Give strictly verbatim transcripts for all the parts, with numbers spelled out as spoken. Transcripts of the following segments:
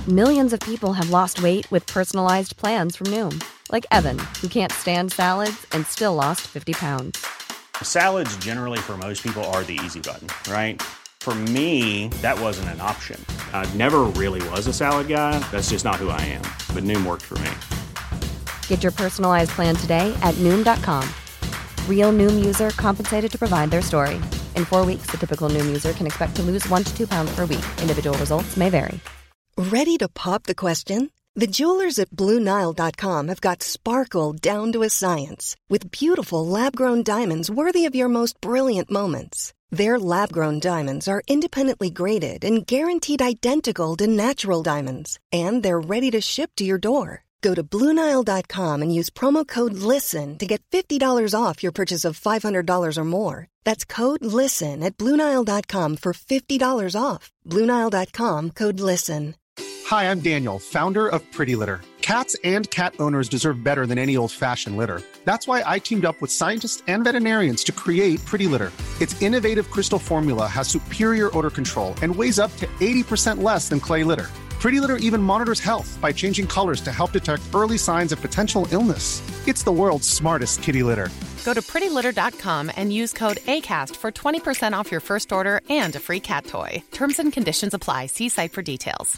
Millions of people have lost weight with personalized plans from Noom. Like Evan, who can't stand salads and still lost fifty pounds. Salads generally for most people are the easy button, right? For me, that wasn't an option. I never really was a salad guy. That's just not who I am. But Noom worked for me. Get your personalized plan today at Noom dot com. Real Noom user compensated to provide their story. In four weeks, the typical Noom user can expect to lose one to two pounds per week. Individual results may vary. Ready to pop the question? The jewelers at Blue Nile dot com have got sparkle down to a science with beautiful lab-grown diamonds worthy of your most brilliant moments. Their lab-grown diamonds are independently graded and guaranteed identical to natural diamonds, and they're ready to ship to your door. Go to Blue Nile dot com and use promo code LISTEN to get fifty dollars off your purchase of five hundred dollars or more. That's code LISTEN at Blue Nile dot com for fifty dollars off. Blue Nile dot com, code LISTEN. Hi, I'm Daniel, founder of Pretty Litter. Cats and cat owners deserve better than any old-fashioned litter. That's why I teamed up with scientists and veterinarians to create Pretty Litter. Its innovative crystal formula has superior odor control and weighs up to eighty percent less than clay litter. Pretty Litter even monitors health by changing colors to help detect early signs of potential illness. It's the world's smartest kitty litter. Go to pretty litter dot com and use code ACAST for twenty percent off your first order and a free cat toy. Terms and conditions apply. See site for details.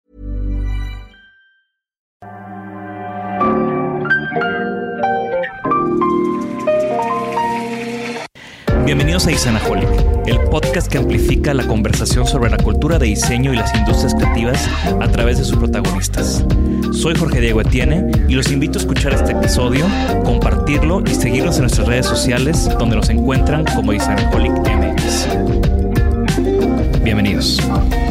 Bienvenidos a Designaholic, el podcast que amplifica la conversación sobre la cultura de diseño y las industrias creativas a través de sus protagonistas. Soy Jorge Diego Etienne y los invito a escuchar este episodio, compartirlo y seguirnos en nuestras redes sociales donde nos encuentran como Designaholic M X. Bienvenidos.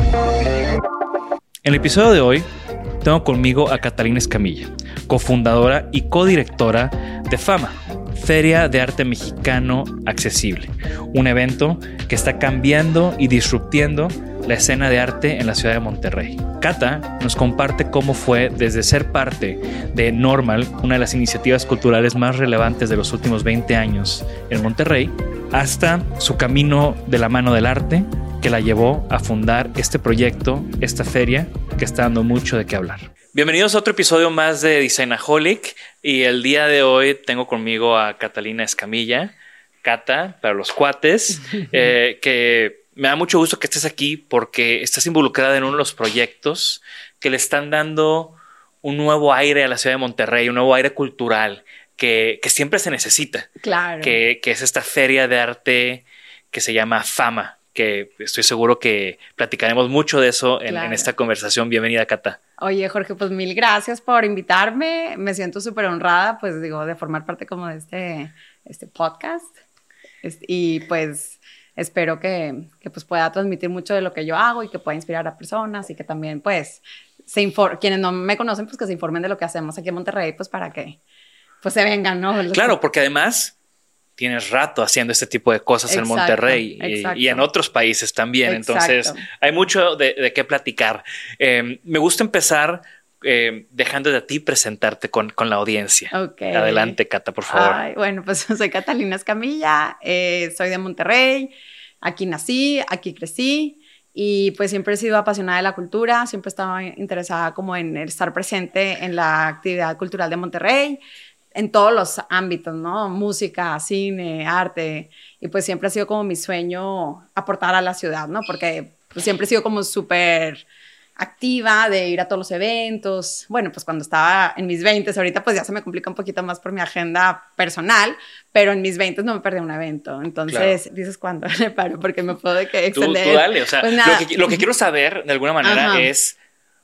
En el episodio de hoy tengo conmigo a Catalina Escamilla, cofundadora y codirectora de FAMA, Feria de Arte Mexicano Accesible, un evento que está cambiando y disruptiendo la escena de arte en la ciudad de Monterrey. Cata nos comparte cómo fue desde ser parte de Normal, una de las iniciativas culturales más relevantes de los últimos veinte años en Monterrey, hasta su camino de la mano del arte que la llevó a fundar este proyecto, esta feria que está dando mucho de qué hablar. Bienvenidos a otro episodio más de Designaholic y el día de hoy tengo conmigo a Catalina Escamilla, Cata, para los cuates, eh, que me da mucho gusto que estés aquí porque estás involucrada en uno de los proyectos que le están dando un nuevo aire a la ciudad de Monterrey, un nuevo aire cultural que, que siempre se necesita. Claro. Que, que es esta feria de arte que se llama FAMA, que estoy seguro que platicaremos mucho de eso en, Claro. en esta conversación. Bienvenida, Cata. Oye, Jorge, pues mil gracias por invitarme. Me siento súper honrada, pues digo, de formar parte como de este, este podcast. Este, y pues espero que, que pues pueda transmitir mucho de lo que yo hago y que pueda inspirar a personas y que también pues se infor- quienes no me conocen, pues que se informen de lo que hacemos aquí en Monterrey, pues para que pues se vengan, ¿no? Los Claro, que... porque además tienes rato haciendo este tipo de cosas Exacto, en Monterrey exacto. y, y en otros países también. Exacto. Entonces, hay mucho de, de qué platicar. Eh, me gusta empezar eh, dejándote a ti presentarte con, con la audiencia. Okay. Adelante, Cata, por favor. Ay, bueno, pues soy Catalina Escamilla, eh, soy de Monterrey, aquí nací, aquí crecí y pues siempre he sido apasionada de la cultura, siempre he estado interesada como en estar presente en la actividad cultural de Monterrey, en todos los ámbitos, ¿no? Música, cine, arte, y pues siempre ha sido como mi sueño aportar a la ciudad, ¿no? Porque pues, siempre he sido como súper activa de ir a todos los eventos. Bueno, pues cuando estaba en mis veintes, ahorita pues ya se me complica un poquito más por mi agenda personal, pero en mis veintes no me perdí un evento. Entonces, claro. Dices, ¿cuándo le paro? Porque me puedo de que extender. Tú, tú dale, o sea, pues lo, que, lo que quiero saber de alguna manera Ajá. es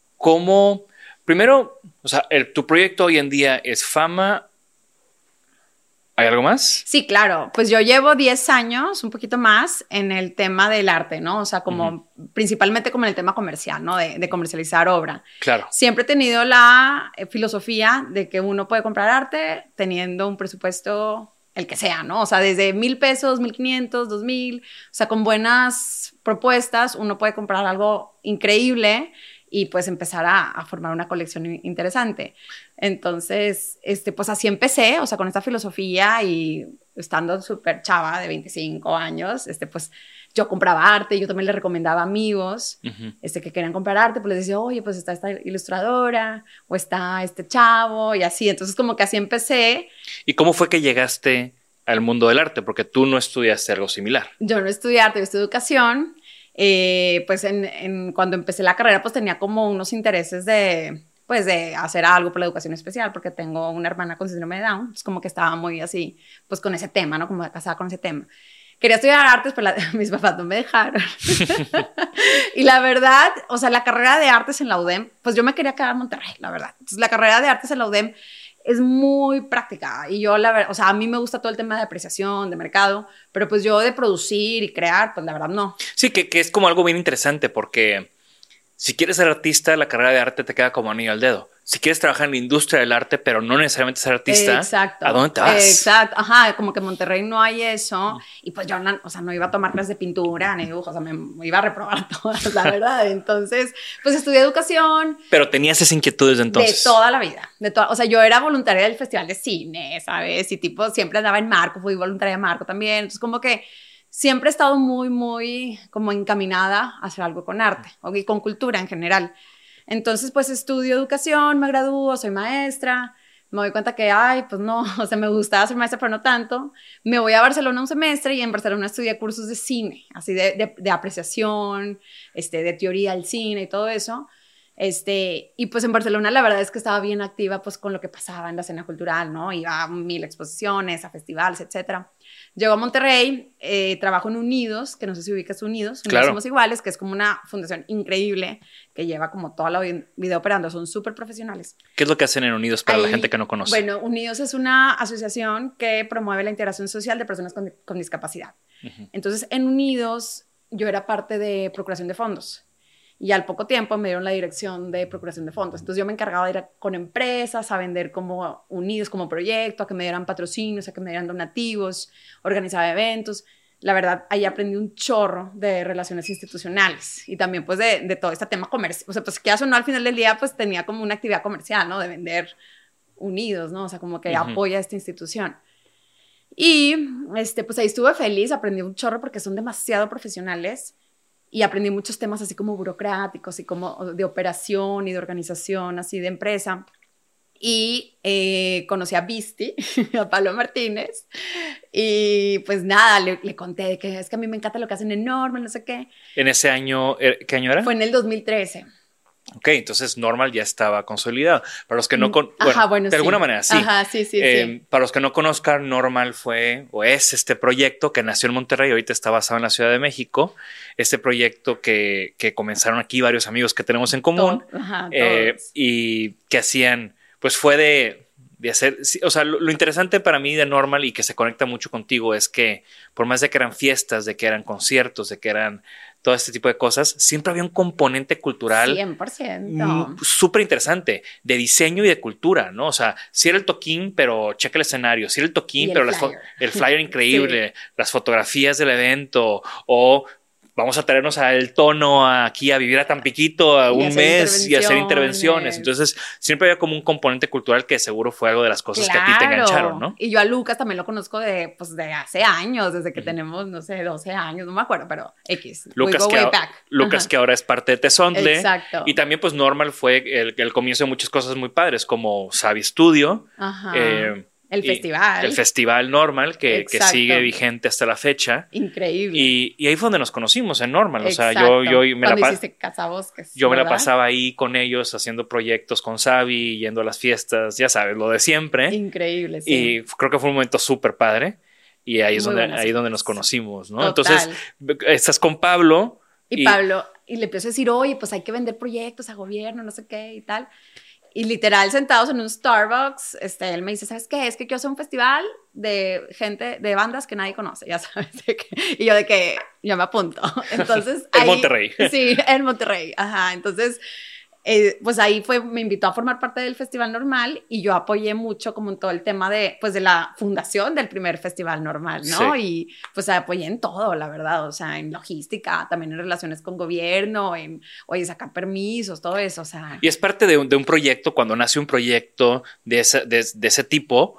cómo, primero, o sea, el, tu proyecto hoy en día es FAMA. ¿Hay algo más? Sí, claro. Pues yo llevo diez años, un poquito más, en el tema del arte, ¿no? O sea, como uh-huh. principalmente como en el tema comercial, ¿no? De, de comercializar obra. Claro. Siempre he tenido la eh, filosofía de que uno puede comprar arte teniendo un presupuesto, el que sea, ¿no? O sea, desde mil pesos, mil quinientos, dos mil. O sea, con buenas propuestas uno puede comprar algo increíble y pues empezar a, a formar una colección interesante. Entonces, este, pues así empecé, o sea, con esta filosofía y estando súper chava de veinticinco años, este, pues yo compraba arte, yo también le recomendaba a amigos uh-huh. este, que querían comprar arte, pues les decía, oye, pues está esta ilustradora, o está este chavo, y así. Entonces como que así empecé. ¿Y cómo fue que llegaste al mundo del arte? Porque tú no estudiaste algo similar. Yo no estudié arte, yo estudié educación. Eh, pues en, en, cuando empecé la carrera, pues tenía como unos intereses de, pues de hacer algo por la educación especial, porque tengo una hermana con síndrome de Down, es como que estaba muy así, pues con ese tema, ¿no? Como casada con ese tema. Quería estudiar artes, pero la, mis papás no me dejaron. Y la verdad, o sea, la carrera de artes en la U D E M, pues yo me quería quedar en Monterrey, la verdad. Entonces, la carrera de artes en la U D E M es muy práctica y yo, la verdad, o sea, a mí me gusta todo el tema de apreciación, de mercado, pero pues yo de producir y crear, pues la verdad no. Sí, que, que es como algo bien interesante porque si quieres ser artista, la carrera de arte te queda como anillo al dedo. Si quieres trabajar en la industria del arte, pero no necesariamente ser artista, exacto, ¿a dónde te vas? Exacto, ajá, como que en Monterrey no hay eso, y pues yo no, o sea, no iba a tomar clases de pintura ni dibujo, o sea, me, me iba a reprobar todas, la verdad. Entonces, pues estudié educación. Pero tenías esa inquietud desde entonces. De toda la vida, de toda, o sea, yo era voluntaria del Festival de Cine, ¿sabes? Y tipo, siempre andaba en Marco, fui voluntaria de Marco también, entonces como que siempre he estado muy, muy como encaminada a hacer algo con arte, y con cultura en general. Entonces, pues estudio educación, me gradúo, soy maestra, me doy cuenta que, ay, pues no, o sea, me gustaba ser maestra, pero no tanto. Me voy a Barcelona un semestre y en Barcelona estudié cursos de cine, así de, de, de apreciación, este, de teoría del cine y todo eso. Este, y pues en Barcelona la verdad es que estaba bien activa pues con lo que pasaba en la escena cultural, ¿no? Iba a mil exposiciones, a festivales, etcétera. Llego a Monterrey, eh, trabajo en Unidos, que no sé si ubicas Unidos, Unidos claro. Somos Iguales, que es como una fundación increíble que lleva como toda la vida operando, son súper profesionales. ¿Qué es lo que hacen en Unidos para Ahí, la gente que no conoce? Bueno, Unidos es una asociación que promueve la integración social de personas con, con discapacidad. Uh-huh. Entonces, en Unidos yo era parte de procuración de fondos. Y al poco tiempo me dieron la dirección de procuración de fondos. Entonces yo me encargaba de ir a, con empresas a vender como Unidos como proyecto, a que me dieran patrocinios, a que me dieran donativos, organizaba eventos. La verdad, ahí aprendí un chorro de relaciones institucionales y también pues de, de todo este tema comercial. O sea, pues que eso no al final del día pues tenía como una actividad comercial, ¿no? De vender Unidos, ¿no? O sea, como que uh-huh. apoya a esta institución. Y este, pues ahí estuve feliz, aprendí un chorro porque son demasiado profesionales. Y aprendí muchos temas así como burocráticos y como de operación y de organización, así de empresa. Y eh, conocí a Visti, a Pablo Martínez. Y pues nada, le, le conté de que es que a mí me encanta lo que hacen en Normal, no sé qué. ¿En ese año, qué año era? Fue en el dos mil trece. Ok, entonces Normal ya estaba consolidado. Para los que no... Con, bueno, Ajá, bueno, de sí. alguna manera, sí. Ajá, sí, sí, eh, sí. Para los que no conozcan, Normal fue o es este proyecto que nació en Monterrey, ahorita está basado en la Ciudad de México. Este proyecto que, que comenzaron aquí varios amigos que tenemos en común. Todo, ajá, eh, y que hacían, pues fue de... de hacer, o sea, lo, lo interesante para mí de Normal y que se conecta mucho contigo es que por más de que eran fiestas, de que eran conciertos, de que eran todo este tipo de cosas, siempre había un componente cultural cien por ciento súper interesante de diseño y de cultura, ¿no? O sea, sí era el toquín, pero checa el escenario, sí era el toquín, el pero flyer. Las el flyer increíble, sí. Las fotografías del evento o... Vamos a traernos al tono aquí a vivir a Tampiquito a un mes y hacer intervenciones. Entonces, siempre había como un componente cultural que seguro fue algo de las cosas claro. que a ti te engancharon, ¿no? Y yo a Lucas también lo conozco de, pues, de hace años, desde que uh-huh. tenemos, no sé, doce años, no me acuerdo, pero X. Lucas, que, a, Lucas que ahora es parte de Tezontle. Exacto. Y también, pues, Normal fue el, el comienzo de muchas cosas muy padres, como Savi Studio. Ajá. Eh, El festival. El festival Normal, que, que sigue vigente hasta la fecha. Increíble. Y, y ahí fue donde nos conocimos, en Normal. Exacto. O sea, yo, yo me Cuando la hiciste Cazabosques, Yo ¿verdad? me la pasaba ahí con ellos, haciendo proyectos con Savi, yendo a las fiestas, ya sabes, lo de siempre. Increíble, sí. Y creo que fue un momento súper padre. Y ahí es donde, ahí donde nos conocimos, ¿no? Total. Entonces, estás con Pablo. Y, y Pablo, y le empiezo a decir, oye, pues hay que vender proyectos a gobierno, no sé qué y tal. Y literal, sentados en un Starbucks, este, él me dice, ¿sabes qué? Es que quiero hacer un festival de gente, de bandas que nadie conoce, ya sabes. De que, y yo de que, yo me apunto. Entonces, en ahí, Monterrey. Sí, en Monterrey. Ajá, entonces... Eh, pues ahí fue, me invitó a formar parte del Festival Normal y yo apoyé mucho como en todo el tema de, pues de la fundación del primer Festival Normal, ¿no? Sí. Y pues apoyé en todo, la verdad, o sea, en logística, también en relaciones con gobierno, en, oye, sacar permisos, todo eso, o sea. Y es parte de un, de un proyecto, cuando nace un proyecto de ese, de, de ese tipo,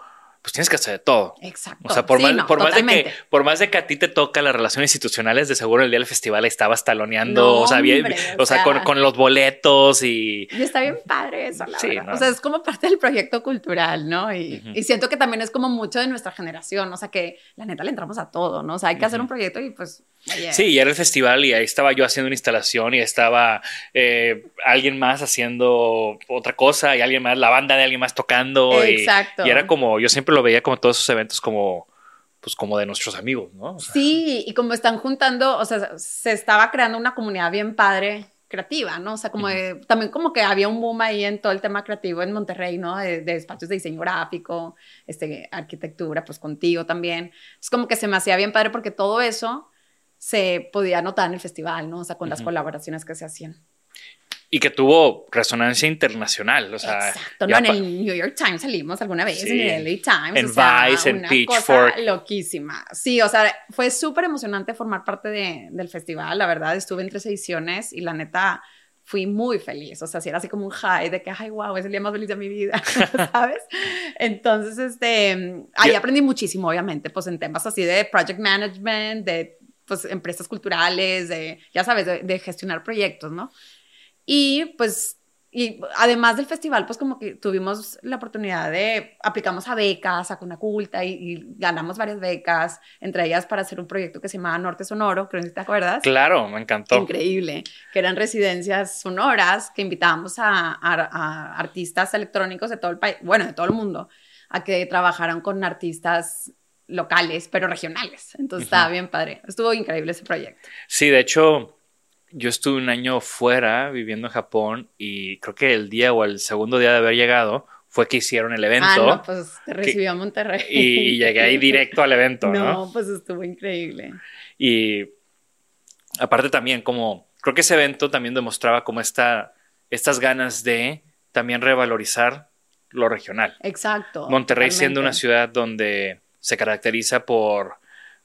pues tienes que hacer de todo. Exacto. O sea, por, sí, más, no, por, más de que, totalmente. por más de que a ti te toca las relaciones institucionales, de seguro el día del festival estabas taloneando, No, o sea, bien, hombre, o o sea, sea, con, con los boletos y... Y está bien padre eso, la Sí, verdad. no. O sea, es como parte del proyecto cultural, ¿no? Y, Ujú. y siento que también es como mucho de nuestra generación, o sea, que la neta le entramos a todo, ¿no? O sea, hay que hacer un proyecto y pues, oye. Sí, y era el festival y ahí estaba yo haciendo una instalación y estaba eh, alguien más haciendo otra cosa y alguien más, la banda de alguien más tocando. Exacto. Y, y era como, yo siempre lo veía como todos esos eventos como, pues como de nuestros amigos, ¿no? O sea, Sí, y como están juntando, o sea, se estaba creando una comunidad bien padre creativa, ¿no? O sea, como de, también como que había un boom ahí en todo el tema creativo en Monterrey, ¿no? De, de espacios de diseño gráfico, este, arquitectura, pues contigo también. Es como que se me hacía bien padre porque todo eso se podía notar en el festival, ¿no? O sea, con las colaboraciones que se hacían. y que tuvo resonancia internacional, o sea... Exacto, ya no, en pa- el New York Times salimos alguna vez, Sí, en el L A Times, en o sea, Vice, en una Pitchfork. cosa loquísima. Sí, o sea, fue súper emocionante formar parte de, del festival, la verdad, estuve en tres ediciones y la neta fui muy feliz, o sea, sí era así como un high de que, ay, wow, es el día más feliz de mi vida, ¿sabes? Entonces, este, ahí Ya- aprendí muchísimo, obviamente, pues en temas así de project management, de, pues, empresas culturales, de, ya sabes, de, de gestionar proyectos, ¿no? Y pues, y además del festival, pues como que tuvimos la oportunidad de, aplicamos a becas, a Conaculta y, y ganamos varias becas, entre ellas para hacer un proyecto que se llamaba Norte Sonoro, creo que te acuerdas. Claro, me encantó. Increíble, que eran residencias sonoras que invitábamos a, a, a artistas electrónicos de todo el país, bueno, de todo el mundo, a que trabajaran con artistas locales, pero regionales. Entonces Ujú. estaba bien padre. Estuvo increíble ese proyecto. Sí, de hecho, yo estuve un año fuera viviendo en Japón y creo que el día o el segundo día de haber llegado fue que hicieron el evento. Ah, no, pues te recibió a Monterrey. y, y llegué ahí directo al evento, ¿no? No, pues estuvo increíble. Y aparte también como, creo que ese evento también demostraba como esta, estas ganas de también revalorizar lo regional. Exacto. Monterrey totalmente. siendo una ciudad donde se caracteriza por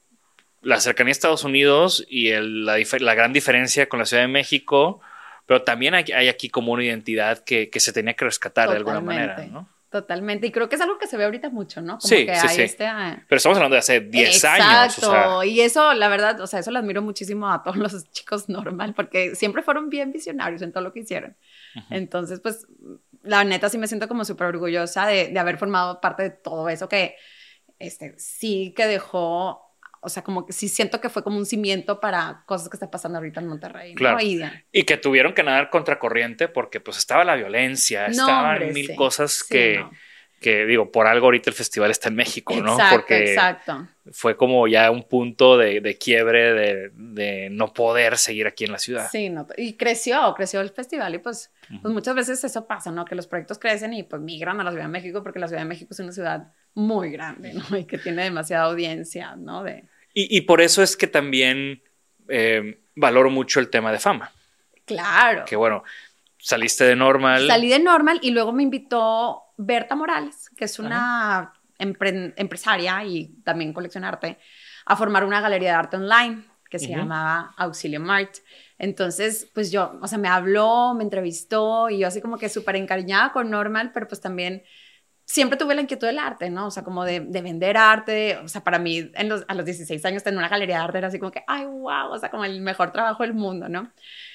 la cercanía a Estados Unidos y el- la, dif- la gran diferencia con la Ciudad de México, pero también hay, hay aquí como una identidad que, que se tenía que rescatar de alguna manera, Totalmente. ¿no? Totalmente. Y creo que es algo que se ve ahorita mucho, ¿no? Como Sí, que sí, hay sí. este... ah, Pero estamos hablando de hace diez Exacto. años. O sea, Y eso, la verdad, o sea, eso lo admiro muchísimo a todos los chicos normal, porque siempre fueron bien visionarios en todo lo que hicieron. Entonces, pues, la neta sí me siento como súper orgullosa de, de haber formado parte de todo eso que, este, sí que dejó, o sea, como que sí siento que fue como un cimiento para cosas que están pasando ahorita en Monterrey, ¿no? Claro. Y, y que tuvieron que nadar contracorriente porque pues estaba la violencia, No, estaban hombre, mil sí. cosas Sí, que, no. que, digo, por algo ahorita el festival está en México, ¿no? Exacto, Porque exacto. fue como ya un punto de, de quiebre de, de no poder seguir aquí en la ciudad. Sí, no, y creció, creció el festival y pues, pues muchas veces eso pasa, ¿no? Que los proyectos crecen y pues migran a la Ciudad de México porque la Ciudad de México es una ciudad muy grande, ¿no? Y que tiene demasiada audiencia, ¿no? De... Y, y por eso es que también eh, valoro mucho el tema de fama. Claro. Que bueno, saliste de Normal. Salí de Normal y luego me invitó Berta Morales, que es una empre- empresaria y también colecciona arte, a formar una galería de arte online que se Ujú. llamaba Auxilio Mart. Entonces, pues yo, o sea, me habló, me entrevistó y yo así como que súper encariñada con Normal, pero pues también siempre tuve la inquietud del arte, ¿no? O sea, como de, de vender arte. O sea, para mí en los, a los dieciséis años tener una galería de arte era así como que, ay, wow, o sea, como el mejor trabajo del mundo, ¿no?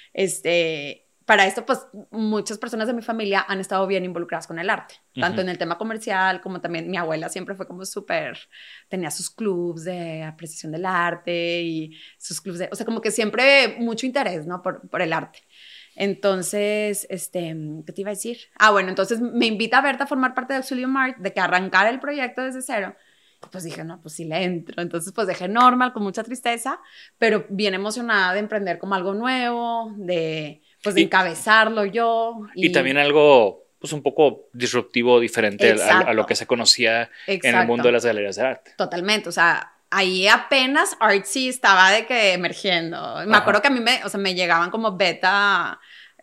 Este... Para esto, pues, muchas personas de mi familia han estado bien involucradas con el arte, tanto Ujú. en el tema comercial como también mi abuela siempre fue como súper, tenía sus clubs de apreciación del arte y sus clubs de, o sea, como que siempre mucho interés, ¿no? Por, por el arte. Entonces, este, ¿qué te iba a decir? Ah, bueno, entonces me invita a Berta a formar parte de Auxilio Mart, de que arrancara el proyecto desde cero. Pues dije, no, pues sí le entro. Entonces, pues dejé Normal con mucha tristeza, pero bien emocionada de emprender como algo nuevo, de, pues de Y- encabezarlo yo. Y también algo, pues un poco disruptivo, diferente a, Exacto. a lo que se conocía en el Exacto. mundo de las galerías de arte. Totalmente, o sea, ahí apenas Artsy estaba de que emergiendo. Me Ajá. acuerdo que a mí me, o sea, me llegaban como beta,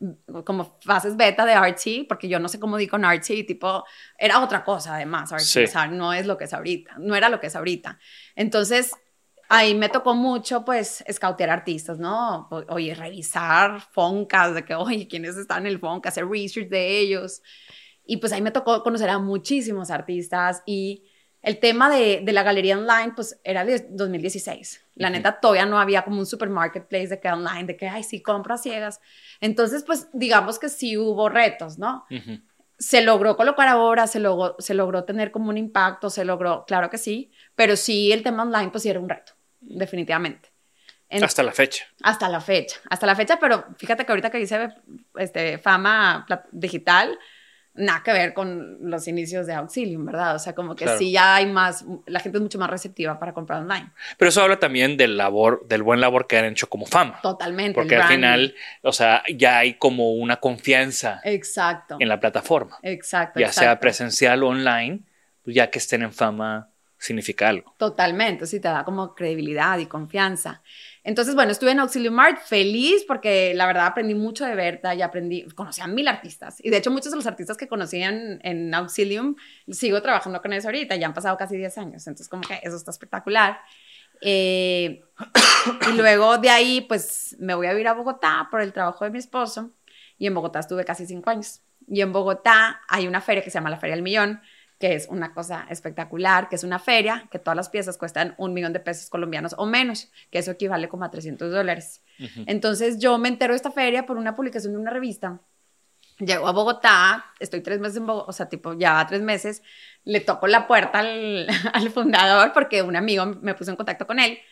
como fases beta de Artsy, porque yo no sé cómo di con Artsy, tipo, era otra cosa además, Artsy, Sí. o sea, no es lo que es ahorita, no era lo que es ahorita. Entonces, ahí me tocó mucho, pues, escautear artistas, ¿no? O- Oye, revisar foncas, de que, oye, ¿quiénes están en el fonca? Hacer research de ellos. Y pues ahí me tocó conocer a muchísimos artistas y el tema de, de la galería online, pues era de dos mil dieciséis. La uh-huh. neta, todavía no había como un super marketplace de que online, de que, ay, sí, compras ciegas. Entonces, pues, digamos que sí hubo retos, ¿no? Uh-huh. Se logró colocar ahora, se logró, se logró tener como un impacto, se logró, claro que sí, pero sí el tema online, pues sí era un reto, definitivamente. En, hasta la fecha. Hasta la fecha, hasta la fecha, pero fíjate que ahorita que hice este, Fama digital, nada que ver con los inicios de Auxilium, ¿verdad? O sea, como que claro. sí ya hay más, la gente es mucho más receptiva para comprar online. Pero eso habla también del labor, del buen labor que han hecho como Fama. Totalmente. Porque al final, o sea, ya hay como una confianza exacto. en la plataforma. Exacto. Ya exacto. sea presencial o online, pues ya que estén en Fama significa algo. Totalmente, sí, te da como credibilidad y confianza. Entonces, bueno, estuve en Auxilium Art feliz porque la verdad aprendí mucho de Berta y aprendí, conocí a mil artistas. Y de hecho, muchos de los artistas que conocí en, en Auxilium, sigo trabajando con ellos ahorita, ya han pasado casi diez años. Entonces, como que eso está espectacular. Eh, y luego de ahí, pues, me voy a ir a Bogotá por el trabajo de mi esposo. Y en Bogotá estuve casi cinco años. Y en Bogotá hay una feria que se llama la Feria del Millón, que es una cosa espectacular, que es una feria, que todas las piezas cuestan un millón de pesos colombianos o menos, que eso equivale como a trescientos dólares. Uh-huh. Entonces yo me entero de esta feria por una publicación de una revista. Llego a Bogotá, estoy tres meses en Bogotá, o sea, tipo ya tres meses, le toco la puerta al, al fundador porque un amigo me puso en contacto con él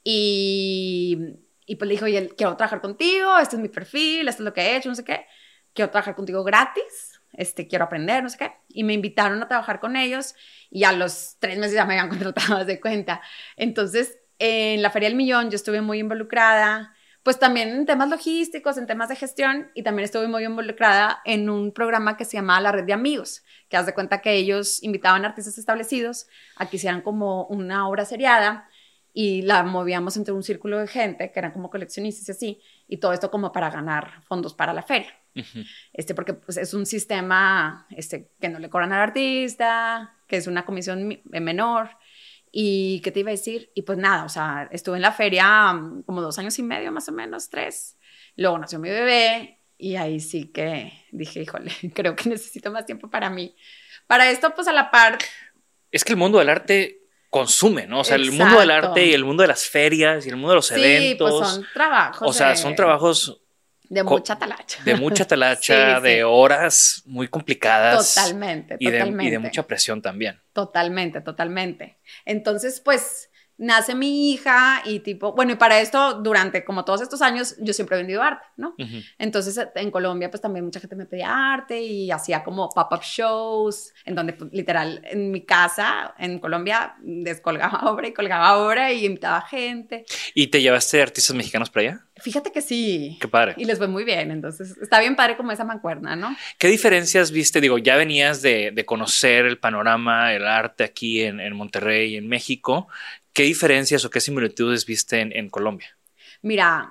y, y pues le dijo, oye, quiero trabajar contigo, este es mi perfil, esto es lo que he hecho, no sé qué, quiero trabajar contigo gratis. Este, quiero aprender, no sé qué, y me invitaron a trabajar con ellos, y a los tres meses ya me habían contratado, de cuenta. Entonces, en la Feria del Millón yo estuve muy involucrada, pues también en temas logísticos, en temas de gestión, y también estuve muy involucrada en un programa que se llamaba La Red de Amigos, que haz de cuenta que ellos invitaban a artistas establecidos a que hicieran como una obra seriada, y la movíamos entre un círculo de gente, que eran como coleccionistas y así, y todo esto como para ganar fondos para la feria. Uh-huh. Este, porque pues, es un sistema este, que no le cobran al artista, que es una comisión menor, y ¿qué te iba a decir? Y pues nada, o sea, estuve en la feria um, como dos años y medio, más o menos, tres, luego nació mi bebé, y ahí sí que dije, híjole, creo que necesito más tiempo para mí. Para esto, pues a la par... Es que el mundo del arte consume, ¿no? O sea, exacto. El mundo del arte y el mundo de las ferias y el mundo de los sí, eventos. Sí, pues son trabajos. O sea, de... son trabajos... De mucha talacha. De mucha talacha, sí, de sí. horas muy complicadas. Totalmente, y de, totalmente. Y de mucha presión también. Totalmente, totalmente. Entonces, pues, nace mi hija y tipo, bueno, y para esto, durante como todos estos años, yo siempre he vendido arte, ¿no? Uh-huh. Entonces, en Colombia, pues también mucha gente me pedía arte y hacía como pop-up shows, en donde, pues, literal, en mi casa, en Colombia, descolgaba obra y colgaba obra y invitaba gente. ¿Y te llevaste artistas mexicanos para allá? Fíjate que sí. Qué padre. Y les fue muy bien, entonces está bien padre como esa mancuerna, ¿no? ¿Qué diferencias viste? Digo, ya venías de, de conocer el panorama, el arte aquí en, en Monterrey, en México. ¿Qué diferencias o qué similitudes viste en, en Colombia? Mira,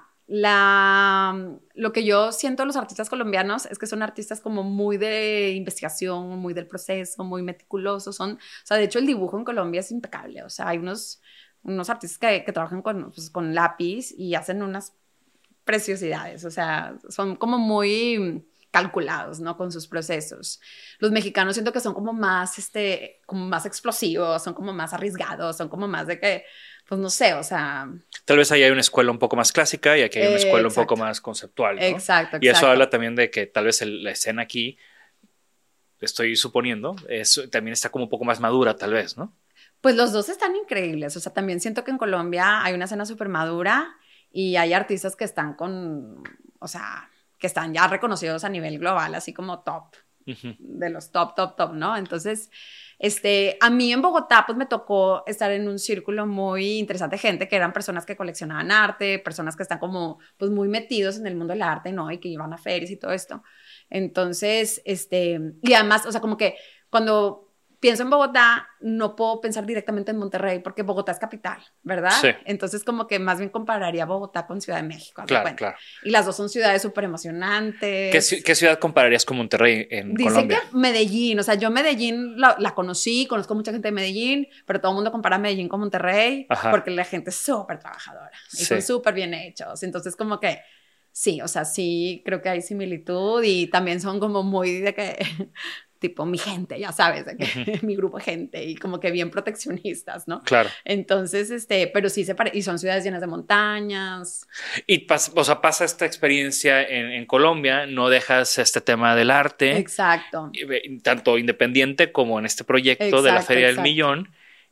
la, lo que yo siento de los artistas colombianos es que son artistas como muy de investigación, muy del proceso, muy meticulosos. Son, o sea, de hecho el dibujo en Colombia es impecable. O sea, hay unos, unos artistas que, que trabajan con, pues, con lápiz y hacen unas preciosidades. O sea, son como muy calculados, ¿no? Con sus procesos. Los mexicanos siento que son como más, este, como más explosivos, son como más arriesgados, son como más de que, pues no sé, o sea... Tal vez ahí hay una escuela un poco más clásica y aquí hay una escuela eh, un poco más conceptual, ¿no? Exacto, exacto. Y eso habla también de que tal vez el, la escena aquí, estoy suponiendo, es, también está como un poco más madura, tal vez, ¿no? Pues los dos están increíbles. O sea, también siento que en Colombia hay una escena súper madura y hay artistas que están con, o sea... que están ya reconocidos a nivel global, así como top, uh-huh. de los top, top, top, ¿no? Entonces, este, a mí en Bogotá, pues me tocó estar en un círculo muy interesante de gente, que eran personas que coleccionaban arte, personas que están como, pues muy metidos en el mundo del arte, ¿no? Y que iban a ferias y todo esto. Entonces, este, y además, o sea, como que cuando pienso en Bogotá, no puedo pensar directamente en Monterrey, porque Bogotá es capital, ¿verdad? Sí. Entonces, como que más bien compararía Bogotá con Ciudad de México. Claro, claro. Y las dos son ciudades súper emocionantes. ¿Qué, ¿Qué ciudad compararías con Monterrey en Dicen Colombia? Dicen que Medellín, o sea, yo Medellín la, la conocí, conozco mucha gente de Medellín, pero todo el mundo compara Medellín con Monterrey, Ajá. porque la gente es súper trabajadora y sí. son súper bien hechos. Entonces, como que sí, o sea, sí, creo que hay similitud y también son como muy de que tipo mi gente, ya sabes, de que, uh-huh. mi grupo de gente y como que bien proteccionistas, ¿no? Claro. Entonces, este, pero sí se pare- y son ciudades llenas de montañas. Y pas- o sea, pasa esta experiencia en, en Colombia, no dejas este tema del arte. Exacto. Y, tanto independiente como en este proyecto exacto, de la Feria exacto. del Millón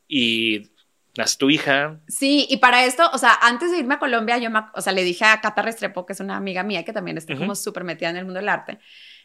y nace tu hija. Sí, y para esto, o sea, antes de irme a Colombia, yo me, o sea, le dije a Cata Restrepo, que es una amiga mía que también está uh-huh. como súper metida en el mundo del arte.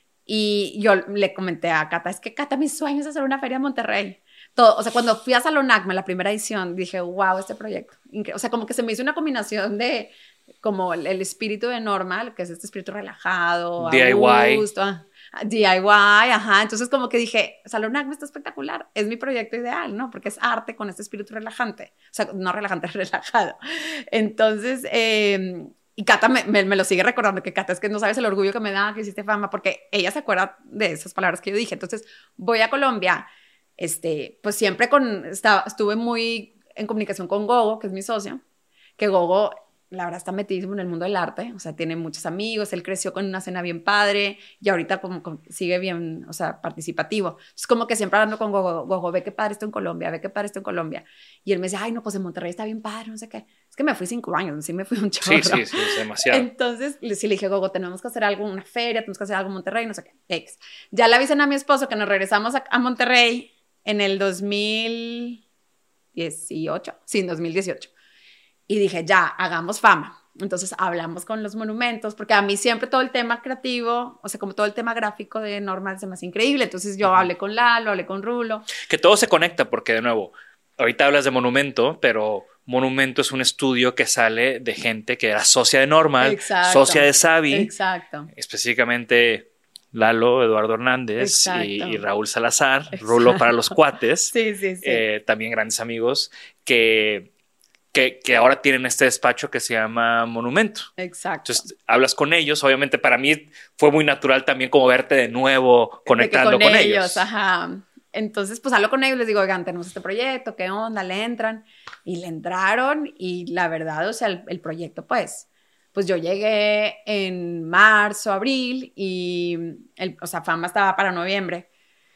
Y yo le comenté a Cata, es que Cata, mi sueño es hacer una feria en Monterrey. Todo, o sea, cuando fui a Salonacme, la primera edición, dije, wow, este proyecto. Incre- o sea, como que se me hizo una combinación de, como el, el espíritu de Norma, que es este espíritu relajado, D I Y. A gusto, a, a D I Y, ajá. Entonces, como que dije, Salonacme está espectacular, es mi proyecto ideal, ¿no? Porque es arte con este espíritu relajante. O sea, no relajante, relajado. Entonces, eh... Y Cata me, me, me lo sigue recordando, que Cata es que no sabes el orgullo que me da que hiciste Fama, porque ella se acuerda de esas palabras que yo dije. Entonces voy a Colombia, este, pues siempre con, estaba, estuve muy en comunicación con Gogo, que es mi socio, que Gogo, la verdad, está metidísimo en el mundo del arte, o sea, tiene muchos amigos, él creció con una escena bien padre y ahorita como, como sigue bien, o sea, participativo. Es como que siempre hablando con Gogo, Gogo, ve qué padre esto en Colombia, ve qué padre esto en Colombia. Y él me dice, ay, no, pues en Monterrey está bien padre, no sé qué. Es que me fui cinco años, sí me fui un chorro. Sí, sí, sí, es demasiado. Entonces, sí le dije, Gogo, tenemos que hacer algo, una feria, tenemos que hacer algo en Monterrey, no sé qué. Ex. Ya le avisan a mi esposo que nos regresamos a, a Monterrey en el dos mil dieciocho, sí, en dos mil dieciocho. Y dije, ya, hagamos Fama. Entonces hablamos con los monumentos, porque a mí siempre todo el tema creativo, o sea, como todo el tema gráfico de Norma se me hace increíble. Entonces yo hablé con Lalo, hablé con Rulo. Que todo se conecta, porque de nuevo, ahorita hablas de Monumento, pero Monumento es un estudio que sale de gente que era socia de Normal, exacto, socia de Savi. Exacto. Específicamente Lalo, Eduardo Hernández y, y Raúl Salazar, exacto. Rulo para los cuates. Sí, sí, sí. Eh, también grandes amigos que... Que, que ahora tienen este despacho que se llama Monumento. Exacto. Entonces, hablas con ellos. Obviamente, para mí fue muy natural también como verte de nuevo conectando de con, con ellos. ellos. Ajá. Entonces, pues hablo con ellos, les digo, oigan, tenemos este proyecto, ¿qué onda? Le entran. Y le entraron y la verdad, o sea, el, el proyecto, pues, pues yo llegué en marzo, abril y, el, o sea, Fama estaba para noviembre.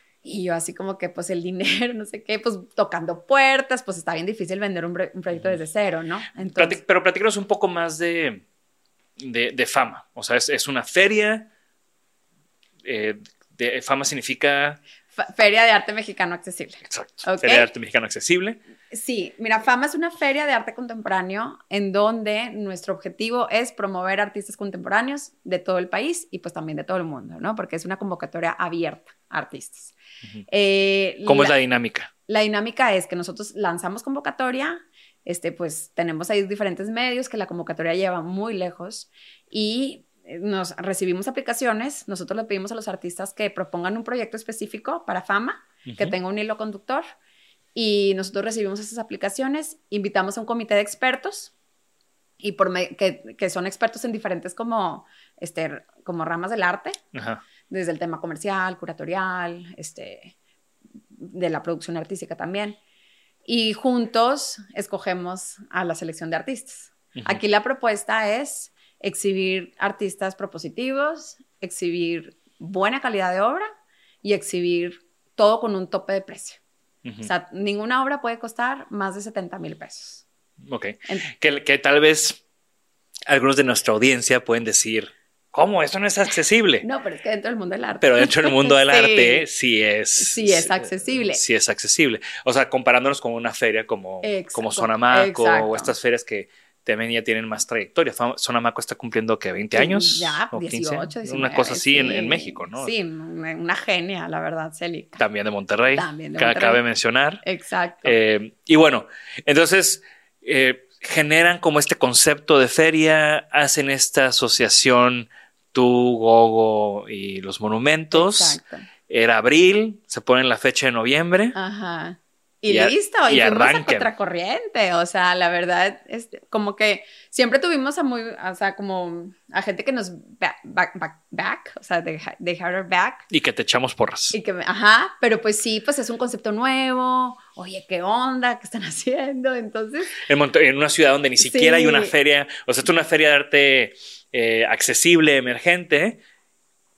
Y yo así como que, pues, el dinero, no sé qué, pues, tocando puertas, pues, está bien difícil vender un, un proyecto desde cero, ¿no? Entonces... Platic- pero platícanos un poco más de, de, de Fama. O sea, es, es una feria. Eh, de, Fama significa... F- Feria de Arte Mexicano Accesible. Exacto. ¿Okay? Feria de Arte Mexicano Accesible. Sí, mira, Fama es una feria de arte contemporáneo en donde nuestro objetivo es promover artistas contemporáneos de todo el país y pues también de todo el mundo, ¿no? Porque es una convocatoria abierta a artistas. Uh-huh. Eh, ¿Cómo la, es la dinámica? La dinámica es que nosotros lanzamos convocatoria, este, pues tenemos ahí diferentes medios que la convocatoria lleva muy lejos y nos recibimos aplicaciones, nosotros le pedimos a los artistas que propongan un proyecto específico para Fama, uh-huh. que tenga un hilo conductor. Y nosotros recibimos esas aplicaciones, invitamos a un comité de expertos y por me- que, que son expertos en diferentes como, este, como ramas del arte, Ajá. desde el tema comercial, curatorial, este, de la producción artística también. Y juntos escogemos a la selección de artistas. Uh-huh. Aquí la propuesta es exhibir artistas propositivos, exhibir buena calidad de obra y exhibir todo con un tope de precio. Uh-huh. O sea, ninguna obra puede costar más de setenta mil pesos. Ok. Ent- que, que tal vez algunos de nuestra audiencia pueden decir, ¿cómo? Eso no es accesible. No, pero es que dentro del mundo del arte. Pero dentro del mundo del sí. arte sí es... Sí es accesible. Sí es accesible. O sea, comparándonos con una feria como, como Sonamaco o estas ferias que también ya tienen más trayectoria. Sonamaco está cumpliendo, ¿qué? ¿veinte años? Ya, o dieciocho, diecinueve. Una cosa así sí. en, en México, ¿no? Sí, una genia, la verdad, Célica. También de Monterrey. También de Monterrey. Cabe mencionar. Exacto. Eh, y bueno, entonces eh, generan como este concepto de feria, hacen esta asociación tú, Gogo y los monumentos. Exacto. Era abril, se pone la fecha de noviembre. Ajá. Y, y listo, y, y fuimos arranquen. a contracorriente, o sea, la verdad, es como que siempre tuvimos a muy, o sea, como a gente que nos back, back, back, back o sea, they, they had our back. Y que te echamos porras. Y que, ajá, pero pues sí, pues es un concepto nuevo, oye, ¿qué onda? ¿Qué están haciendo? Entonces... En, Monte- en una ciudad donde ni siquiera sí. hay una feria, o sea, es una feria de arte eh, accesible, emergente,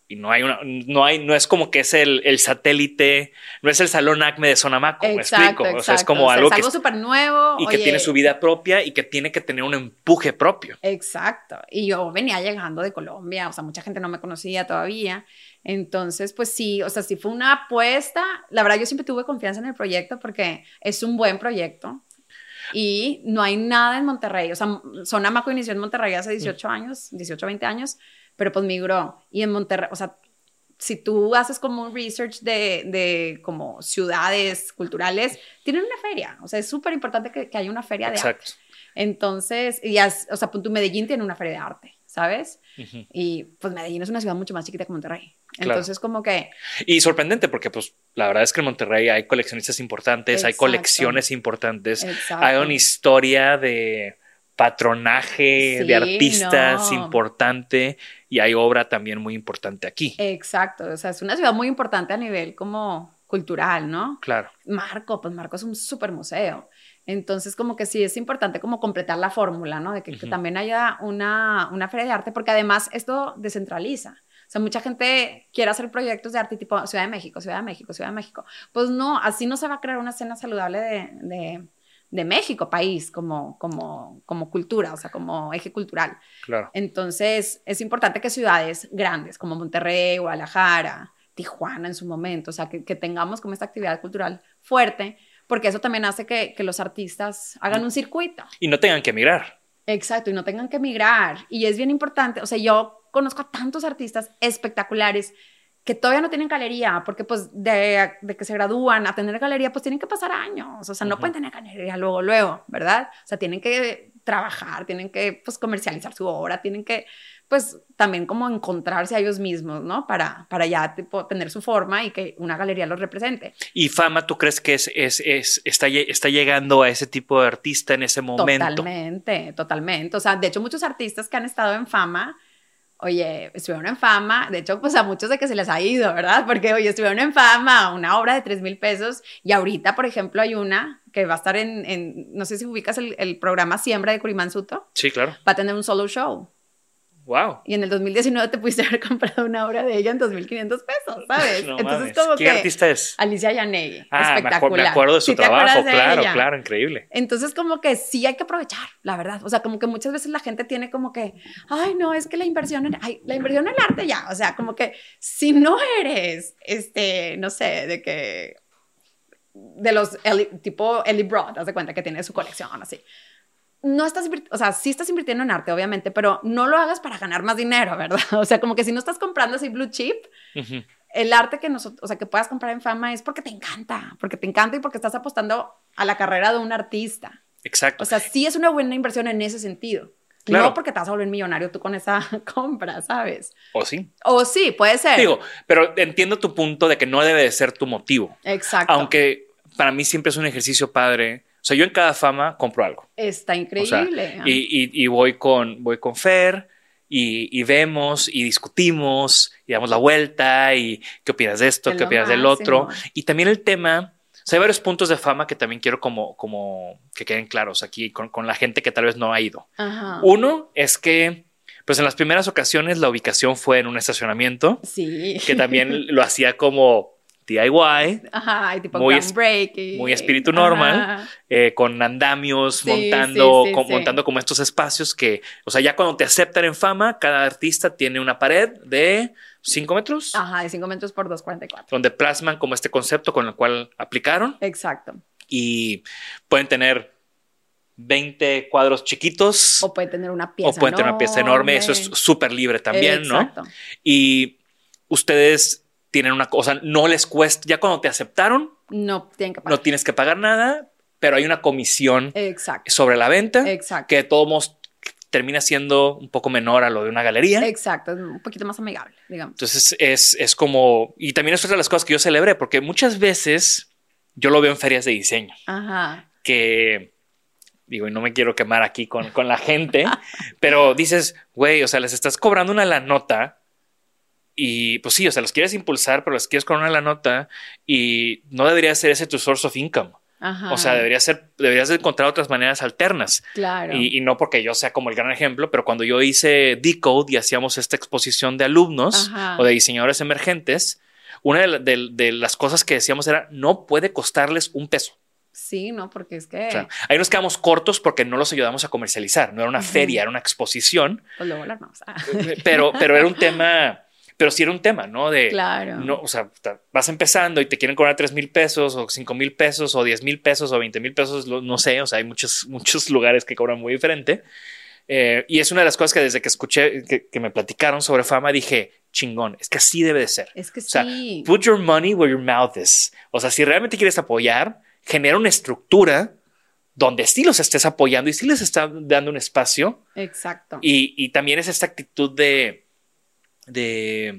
y no hay una, no hay, no es como que es el, el satélite, no es el Salón Acme de Sonamaco, me explico. Exacto. O sea, es como o sea, algo es algo que súper nuevo. y que oye, tiene su vida propia y que tiene que tener un empuje propio. Exacto. Y yo venía llegando de Colombia, o sea, mucha gente no me conocía todavía. Entonces, pues sí, o sea, sí fue una apuesta. La verdad, yo siempre tuve confianza en el proyecto porque es un buen proyecto. Y no hay nada en Monterrey. O sea, Sonamaco inició en Monterrey hace dieciocho años, dieciocho, veinte años, pero pues migró. Y en Monterrey, o sea, si tú haces como un research de, de como ciudades culturales, tienen una feria. O sea, es súper importante que, que haya una feria de Exacto. arte. Entonces, y as, o sea, tu Medellín tiene una feria de arte, ¿sabes? Uh-huh. Y pues Medellín es una ciudad mucho más chiquita que Monterrey. Claro. Entonces, como que... Y sorprendente porque pues la verdad es que en Monterrey hay coleccionistas importantes, Exacto. hay colecciones importantes, Exacto. hay una historia de patronaje Sí, de artistas no. importante y hay obra también muy importante aquí. Exacto, o sea, es una ciudad muy importante a nivel como cultural, ¿no? Claro. Marco, pues Marco es un súper museo. Entonces, como que sí es importante como completar la fórmula, ¿no? De que, uh-huh. que también haya una, una feria de arte, porque además esto descentraliza. O sea, mucha gente quiere hacer proyectos de arte tipo Ciudad de México, Ciudad de México, Ciudad de México. Pues no, así no se va a crear una escena saludable de, de, de México, país, como, como, como cultura, o sea, como eje cultural. Claro. Entonces, es importante que ciudades grandes como Monterrey, Guadalajara, Tijuana en su momento, o sea, que, que tengamos como esta actividad cultural fuerte, porque eso también hace que, que los artistas hagan un circuito. Y no tengan que emigrar. Exacto, y no tengan que emigrar. Y es bien importante, o sea, yo conozco a tantos artistas espectaculares que todavía no tienen galería, porque pues de, de que se gradúan a tener galería, pues tienen que pasar años, o sea, no uh-huh. pueden tener galería luego, luego, ¿verdad? O sea, tienen que trabajar, tienen que pues comercializar su obra, tienen que pues también como encontrarse a ellos mismos, ¿no? Para, para ya tipo, tener su forma y que una galería los represente. ¿Y Fama tú crees que es, es, es, está, está llegando a ese tipo de artista en ese momento? Totalmente, totalmente. O sea, de hecho muchos artistas que han estado en Fama, oye, estuvieron en Fama, de hecho pues a muchos de que se les ha ido, ¿verdad? Porque oye, estuvieron en Fama, una obra de tres mil pesos y ahorita, por ejemplo, hay una que va a estar en, en no sé si ubicas el, el programa Siembra de Curimán Suto. Sí, claro. Va a tener un solo show. Wow. Y en el dos mil diecinueve te pudiste haber comprado una obra de ella en dos mil quinientos pesos, ¿sabes? No Entonces, mames. como ¿Qué que artista es? Alicia Yanegui. Ah, espectacular. Me acuerdo de su ¿Sí trabajo, de claro, ella? claro, increíble. Entonces, como que sí hay que aprovechar, la verdad. O sea, como que muchas veces la gente tiene como que, ay, no, es que la inversión en, ay, la inversión en el arte ya. O sea, como que si no eres, este, no sé, de que, de los, Eli, tipo Ellie Broad, haz de cuenta que tiene su colección, así. No estás, o sea, sí estás invirtiendo en arte, obviamente, pero no lo hagas para ganar más dinero, ¿verdad? O sea, como que si no estás comprando así blue chip, uh-huh. el arte que nosotros, o sea, que puedas comprar en Fama es porque te encanta, porque te encanta y porque estás apostando a la carrera de un artista. Exacto. O sea, sí es una buena inversión en ese sentido. Claro. No porque te vas a volver millonario tú con esa compra, ¿sabes? O sí. O sí, puede ser. Digo, pero entiendo tu punto de que no debe de ser tu motivo. Exacto. Aunque para mí siempre es un ejercicio padre. O sea, yo en cada Fama compro algo. Está increíble. O sea, y, y, y voy, con, voy con Fer y, y vemos y discutimos y damos la vuelta y qué opinas de esto, es qué opinas máximo. del otro. Y también el tema, o sea, hay varios puntos de Fama que también quiero como, como que queden claros aquí con, con la gente que tal vez no ha ido. Ajá. Uno es que pues en las primeras ocasiones la ubicación fue en un estacionamiento. Sí. Que también lo hacía como D I Y, ajá, y tipo muy, break y, muy espíritu normal, eh, con andamios, sí, montando, sí, sí, con, sí. montando como estos espacios que, o sea, ya cuando te aceptan en Fama, cada artista tiene una pared de cinco metros. Ajá, de cinco metros por dos cuarenta y cuatro. Donde plasman como este concepto con el cual aplicaron. Exacto. Y pueden tener veinte cuadros chiquitos. O pueden tener una pieza O pueden tener una pieza enorme. Eso es súper libre también, Exacto. ¿no? Y ustedes tienen una cosa, no les cuesta, ya cuando te aceptaron, no, tienen que pagar. no tienes que pagar nada, pero hay una comisión Exacto. sobre la venta Exacto. que de todos modos termina siendo un poco menor a lo de una galería. Exacto, es un poquito más amigable, digamos. Entonces es, es como, y también es otra de las cosas que yo celebré, porque muchas veces yo lo veo en ferias de diseño. Ajá. Que, digo, y no me quiero quemar aquí con, con la gente, pero dices, güey, o sea, les estás cobrando una la nota. Y pues sí, o sea, los quieres impulsar, pero los quieres con una la nota y no debería ser ese tu source of income. Ajá. O sea, debería ser, deberías de encontrar otras maneras alternas. Claro. Y, y no porque yo sea como el gran ejemplo, pero cuando yo hice Decode y hacíamos esta exposición de alumnos Ajá. o de diseñadores emergentes, una de, de, de las cosas que decíamos era no puede costarles un peso. Sí, no, porque es que... O sea, ahí nos quedamos cortos porque no los ayudamos a comercializar. No era una Ujú. feria, era una exposición. Pues luego la vamos a... Pero, pero era un tema, pero sí era un tema, ¿no? De, Claro. no, o sea, vas empezando y te quieren cobrar tres mil pesos o cinco mil pesos o diez mil pesos o veinte mil pesos, no sé. O sea, hay muchos, muchos lugares que cobran muy diferente. Eh, y es una de las cosas que desde que escuché, que, que me platicaron sobre Fama, dije, chingón, es que así debe de ser. Es que o sea, sí. put your money where your mouth is. O sea, si realmente quieres apoyar, genera una estructura donde sí los estés apoyando y sí les está dando un espacio. Exacto. Y, y también es esta actitud de, de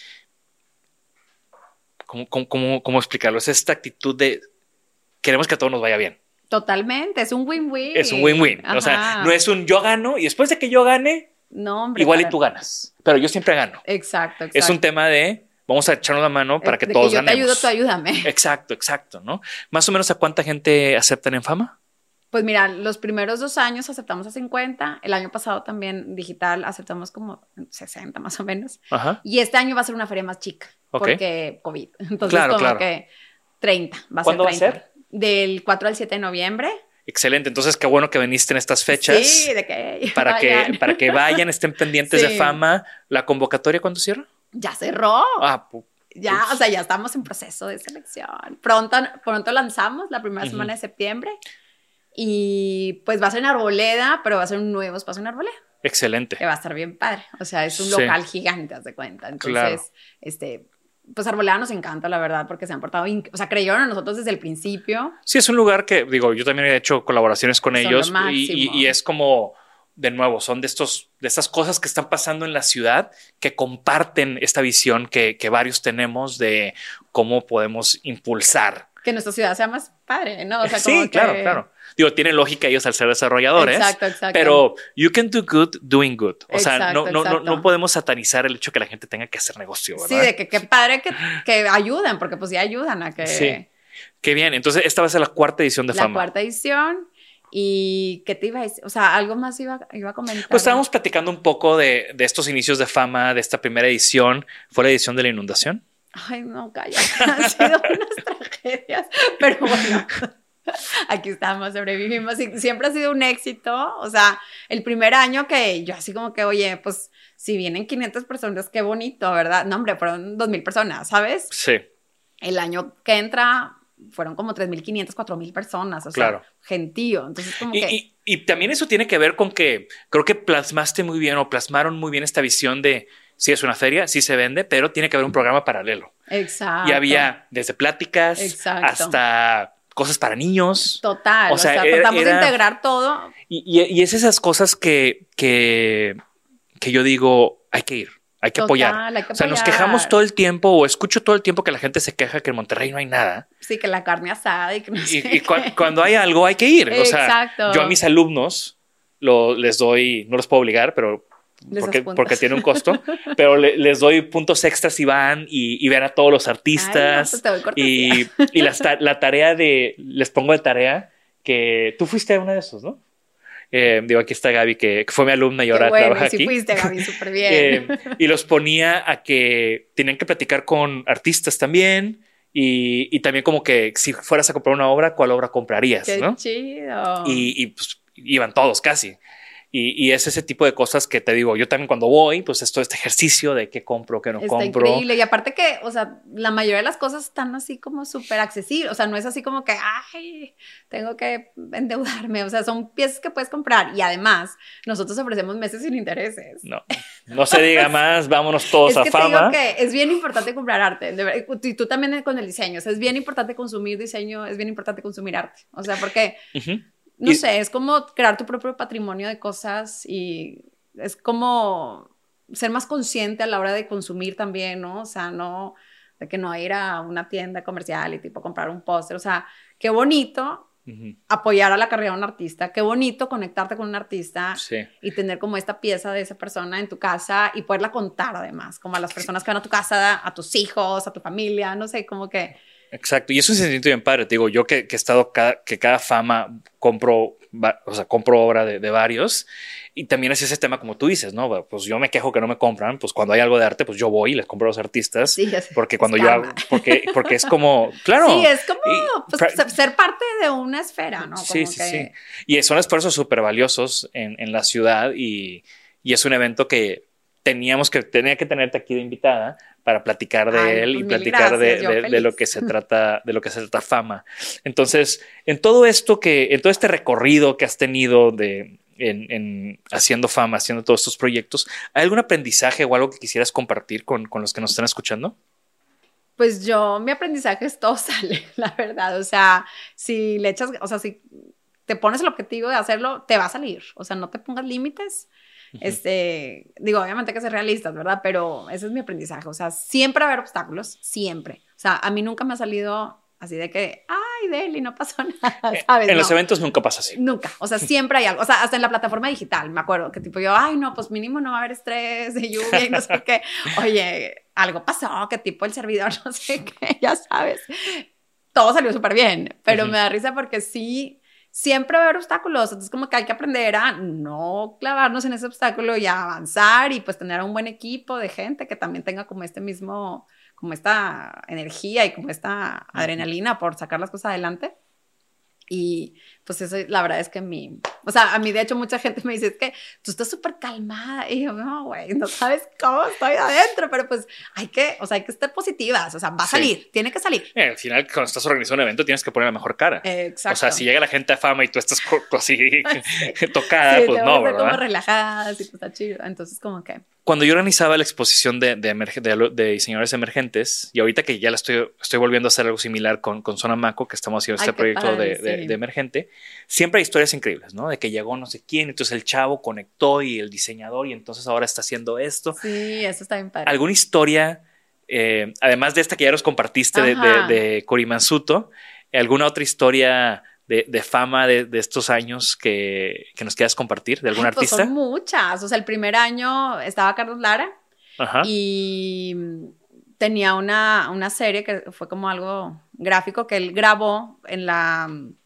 ¿cómo, cómo, cómo, cómo explicarlo? Es esta actitud de queremos que a todos nos vaya bien. Totalmente, es un win-win. Es un win-win. O sea, no es un yo gano y después de que yo gane, no, hombre, igual para... y tú ganas. Pero yo siempre gano. Exacto, exacto. Es un tema de vamos a echarnos la mano para que de todos que yo ganemos. te ayudo, tú ayúdame. Exacto, exacto, ¿no? Más o menos, ¿a cuánta gente aceptan en Fama? Pues mira, los primeros dos años aceptamos a cincuenta. El año pasado también digital aceptamos como sesenta más o menos. Ajá. Y este año va a ser una feria más chica. Okay. Porque COVID. Entonces claro, como claro. que treinta. Va a ¿Cuándo ser treinta. va a ser? Del cuatro al siete de noviembre. Excelente. Entonces, qué bueno que viniste en estas fechas. Sí, de que para vayan. que Para que vayan, estén pendientes Sí. de Fama. ¿La convocatoria cuándo cierra? Ya cerró. Ah, pu- Ya, Ups. o sea, ya estamos en proceso de selección. Pronto, pronto lanzamos la primera Ujú. semana de septiembre y pues va a ser en Arboleda, pero va a ser un nuevo espacio en Arboleda, excelente. que va a estar bien padre. O sea, es un Sí. local gigante, haz de cuenta. Entonces, Claro. este, pues Arboleda nos encanta, la verdad, porque se han portado, inc- o sea, creyeron en nosotros desde el principio. Sí, es un lugar que, digo, yo también he hecho colaboraciones con Son ellos lo y, y- máximo. y es como, de nuevo, son de estos, de estas cosas que están pasando en la ciudad que comparten esta visión que, que varios tenemos de cómo podemos impulsar. Que nuestra ciudad sea más padre, ¿no? O sea, Sí, como que- claro, claro. Digo, tiene lógica ellos al ser desarrolladores. Exacto, exacto. Pero you can do good doing good. O sea, Exacto, no, no, no, exacto. no podemos satanizar el hecho que la gente tenga que hacer negocio, ¿verdad? Sí, de que qué padre que, que ayudan, porque pues ya ayudan a que... Sí. Qué bien. Entonces, esta va a ser la cuarta edición de la Fama. cuarta edición. ¿Y qué te iba a decir? O sea, algo más iba, iba a comentar. Pues estábamos platicando un poco de, de estos inicios de Fama, de esta primera edición. Fue la edición de la inundación. Ay, no, calla. Han sido unas tragedias. Pero bueno, aquí estamos, sobrevivimos. Y siempre ha sido un éxito. O sea, el primer año que yo así como que, oye, pues si vienen quinientas personas, qué bonito, ¿verdad? No, hombre, fueron dos mil personas, ¿sabes? Sí. El año que entra fueron como tres mil quinientas, cuatro mil personas. O sea, Claro. gentío. Entonces, como Y, que... y, y también eso tiene que ver con que creo que plasmaste muy bien o plasmaron muy bien esta visión de sí es una feria, sí se vende, pero tiene que haber un programa paralelo. Exacto. Y había desde pláticas Exacto. hasta cosas para niños. Total. O O sea, sea, era- tratamos era- de integrar todo. Y, y- y es esas cosas que, que, que yo digo, hay que ir, hay que Total, apoyar. hay que O sea, nos apoyar. quejamos todo el tiempo o escucho todo el tiempo que la gente se queja que en Monterrey no hay nada. Sí, que la carne asada y que no sé Y, y qué. cua- cuando hay algo hay que ir. O sea, Exacto. yo a mis alumnos lo, les doy, no los puedo obligar, pero Les porque, das puntos. porque tiene un costo, pero le- les doy puntos extras si van y, y ven a todos los artistas. Ay, no, pues te doy cortesía. y y las ta- la tarea de, les pongo de tarea que tú fuiste a uno de esos, ¿no? Eh, digo, aquí está Gaby, que, que fue mi alumna y Qué ahora bueno, trabaja y sí aquí. fuiste, Gaby, súper bien. Eh, y los ponía a que tenían que platicar con artistas también y, y también como que si fueras a comprar una obra, ¿cuál obra comprarías? Qué ¿no? chido. Y, y, pues iban todos casi. Y, y es ese tipo de cosas que te digo, yo también cuando voy, pues es todo este ejercicio de qué compro, qué no Está compro. increíble. Y aparte que, o sea, la mayoría de las cosas están así como súper accesibles. O sea, no es así como que, ay, tengo que endeudarme. O sea, son piezas que puedes comprar. Y además, nosotros ofrecemos meses sin intereses. No, no se diga más, vámonos todos Es a que te digo Fama. que es bien importante comprar arte. De ver- y tú también con el diseño. O sea, es bien importante consumir diseño, es bien importante consumir arte. O sea, porque... Ujú. No Y- sé, es como crear tu propio patrimonio de cosas y es como ser más consciente a la hora de consumir también, ¿no? O sea, no, de que no ir a una tienda comercial y tipo comprar un póster. O sea, qué bonito Ujú. apoyar a la carrera de un artista, qué bonito conectarte con un artista Sí. y tener como esta pieza de esa persona en tu casa y poderla contar además, como a las personas que van a tu casa, a tus hijos, a tu familia, no sé, como que Exacto. Y es un sentimiento bien padre. Te digo, yo que, que he estado cada, que cada fama compro, o sea, compro obra de, de varios. Y también es ese tema como tú dices, ¿no? Pues yo me quejo que no me compran. Pues cuando hay algo de arte, pues yo voy y les compro a los artistas. Sí, es, porque cuando es yo hago, porque, porque es como, claro. Sí, es como y, pues, ser parte de una esfera, ¿no? Como sí, sí, que... sí. Y son esfuerzos súper valiosos en, en la ciudad y, y es un evento que teníamos que, tenía que tenerte aquí de invitada para platicar de Ay, él pues y platicar gracias, de, de, de lo que se trata, de lo que se trata Fama. Entonces, en todo esto que, en todo este recorrido que has tenido de, en, en haciendo Fama, haciendo todos estos proyectos, ¿hay algún aprendizaje o algo que quisieras compartir con, con los que nos están escuchando? Pues yo, mi aprendizaje es todo sale, la verdad. O sea, si le echas, o sea, si te pones el objetivo de hacerlo, te va a salir. O sea, no te pongas límites. Uh-huh. Este, digo, obviamente hay que ser realistas, ¿verdad? Pero ese es mi aprendizaje. O sea, siempre va a haber obstáculos, siempre. O sea, a mí nunca me ha salido así de que, ay, Deli, no pasó nada, ¿sabes? En no. los eventos nunca pasa así. Nunca. O sea, siempre hay algo. O sea, hasta en la plataforma digital, me acuerdo que tipo yo, ay, no, pues mínimo no va a haber estrés de lluvia y no sé qué. Oye, algo pasó, que tipo el servidor, no sé qué, ya sabes. Todo salió súper bien, pero uh-huh. me da risa porque sí, siempre va a haber obstáculos. Entonces, como que hay que aprender a no clavarnos en ese obstáculo y a avanzar y pues tener un buen equipo de gente que también tenga como este mismo, como esta energía y como esta adrenalina por sacar las cosas adelante. Y pues eso, la verdad es que mi, o sea, a mí de hecho mucha gente me dice, es que tú estás súper calmada. Y yo, no, güey, no sabes cómo estoy adentro, pero pues hay que, o sea, hay que estar positivas, o sea, va a salir, sí. tiene que salir. Eh, al final, cuando estás organizando un evento, tienes que poner la mejor cara. Eh, exacto. O sea, si llega la gente a Fama y tú estás así sí. tocada, sí, pues no, ¿verdad? como relajadas y pues está chido. Entonces, como que... Cuando yo organizaba la exposición de, de, emerge, de, de diseñadores emergentes, y ahorita que ya la estoy, estoy volviendo a hacer algo similar con, con Zona Maco, que estamos haciendo este Ay, proyecto padre, de, sí. de, de emergente, siempre hay historias increíbles, ¿no? De que llegó no sé quién, entonces el chavo conectó y el diseñador, y entonces ahora está haciendo esto. Sí, eso está bien padre. ¿Alguna historia, eh, además de esta que ya nos compartiste de, de, de Corimansuto, alguna otra historia... De, de fama de, de estos años que, que nos quieras compartir de algún Ay, pues artista? Son muchas. O sea, el primer año estaba Carlos Lara. Ajá. Y tenía una, una serie que fue como algo gráfico que él grabó en la...